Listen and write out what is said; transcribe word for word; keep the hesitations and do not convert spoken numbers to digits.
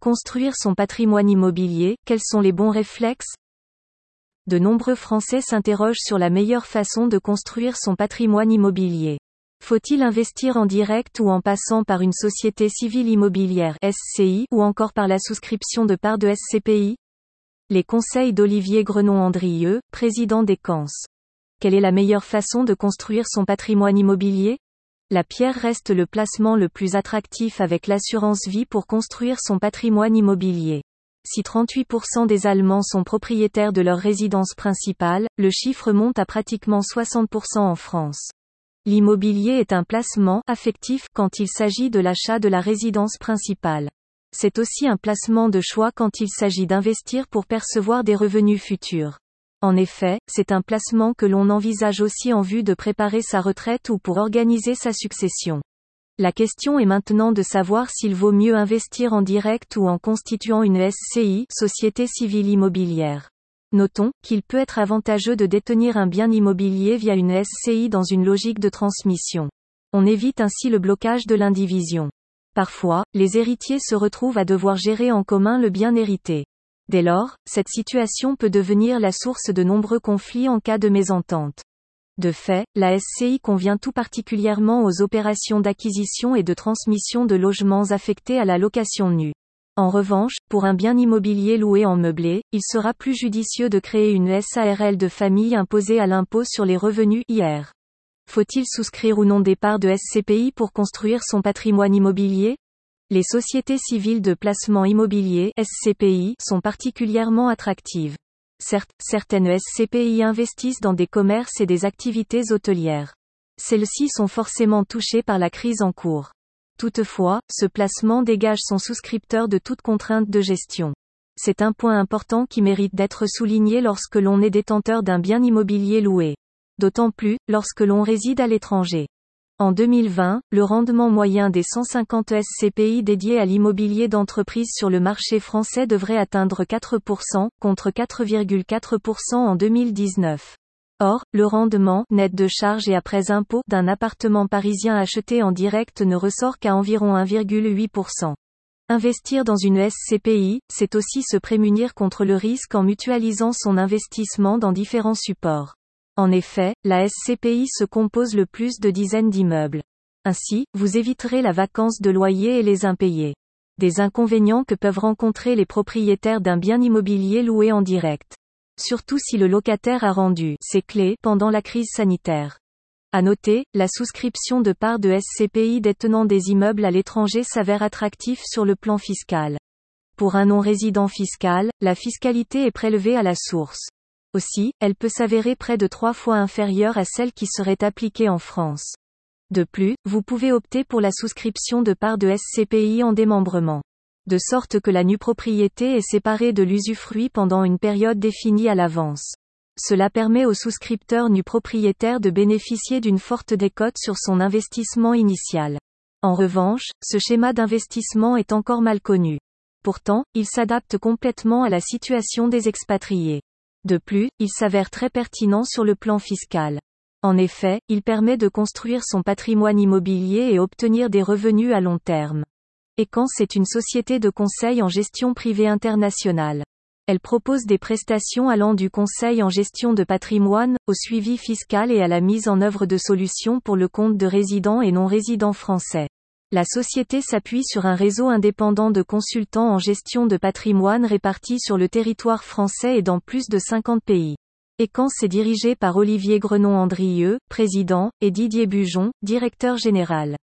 Construire son patrimoine immobilier, quels sont les bons réflexes? De nombreux Français s'interrogent sur la meilleure façon de construire son patrimoine immobilier. Faut-il investir en direct ou en passant par une société civile immobilière S C I ou encore par la souscription de parts de S C P I? Les conseils d'Olivier Grenon-Andrieux, président d'Ecans. Quelle est la meilleure façon de construire son patrimoine immobilier? La pierre reste le placement le plus attractif avec l'assurance vie pour construire son patrimoine immobilier. Si trente-huit pour cent des Allemands sont propriétaires de leur résidence principale, le chiffre monte à pratiquement soixante pour cent en France. L'immobilier est un placement affectif quand il s'agit de l'achat de la résidence principale. C'est aussi un placement de choix quand il s'agit d'investir pour percevoir des revenus futurs. En effet, c'est un placement que l'on envisage aussi en vue de préparer sa retraite ou pour organiser sa succession. La question est maintenant de savoir s'il vaut mieux investir en direct ou en constituant une S C I, Société Civile Immobilière. Notons qu'il peut être avantageux de détenir un bien immobilier via une S C I dans une logique de transmission. On évite ainsi le blocage de l'indivision. Parfois, les héritiers se retrouvent à devoir gérer en commun le bien hérité. Dès lors, cette situation peut devenir la source de nombreux conflits en cas de mésentente. De fait, la S C I convient tout particulièrement aux opérations d'acquisition et de transmission de logements affectés à la location nue. En revanche, pour un bien immobilier loué en meublé, il sera plus judicieux de créer une S A R L de famille imposée à l'impôt sur les revenus I R. Faut-il souscrire ou non des parts de S C P I pour construire son patrimoine immobilier? Les sociétés civiles de placement immobilier S C P I sont particulièrement attractives. Certes, certaines S C P I investissent dans des commerces et des activités hôtelières. Celles-ci sont forcément touchées par la crise en cours. Toutefois, ce placement dégage son souscripteur de toute contrainte de gestion. C'est un point important qui mérite d'être souligné lorsque l'on est détenteur d'un bien immobilier loué. D'autant plus, lorsque l'on réside à l'étranger. En deux mille vingt, le rendement moyen des cent cinquante S C P I dédiés à l'immobilier d'entreprise sur le marché français devrait atteindre quatre pour cent, contre quatre virgule quatre pour cent en deux mille dix-neuf. Or, le rendement, net de charges et après impôts, d'un appartement parisien acheté en direct ne ressort qu'à environ un virgule huit pour cent. Investir dans une S C P I, c'est aussi se prémunir contre le risque en mutualisant son investissement dans différents supports. En effet, la S C P I se compose le plus de dizaines d'immeubles. Ainsi, vous éviterez la vacance de loyer et les impayés. Des inconvénients que peuvent rencontrer les propriétaires d'un bien immobilier loué en direct. Surtout si le locataire a rendu ses clés pendant la crise sanitaire. À noter, la souscription de parts de S C P I détenant des immeubles à l'étranger s'avère attractif sur le plan fiscal. Pour un non-résident fiscal, la fiscalité est prélevée à la source. Aussi, elle peut s'avérer près de trois fois inférieure à celle qui serait appliquée en France. De plus, vous pouvez opter pour la souscription de parts de S C P I en démembrement. De sorte que la nue propriété est séparée de l'usufruit pendant une période définie à l'avance. Cela permet au souscripteur nu propriétaire de bénéficier d'une forte décote sur son investissement initial. En revanche, ce schéma d'investissement est encore mal connu. Pourtant, il s'adapte complètement à la situation des expatriés. De plus, il s'avère très pertinent sur le plan fiscal. En effet, il permet de construire son patrimoine immobilier et obtenir des revenus à long terme. Ecans est une société de conseil en gestion privée internationale. Elle propose des prestations allant du conseil en gestion de patrimoine, au suivi fiscal et à la mise en œuvre de solutions pour le compte de résidents et non-résidents français. La société s'appuie sur un réseau indépendant de consultants en gestion de patrimoine répartis sur le territoire français et dans plus de cinquante pays. Ecans est dirigé par Olivier Grenon-Andrieux, président, et Didier Bujon, directeur général.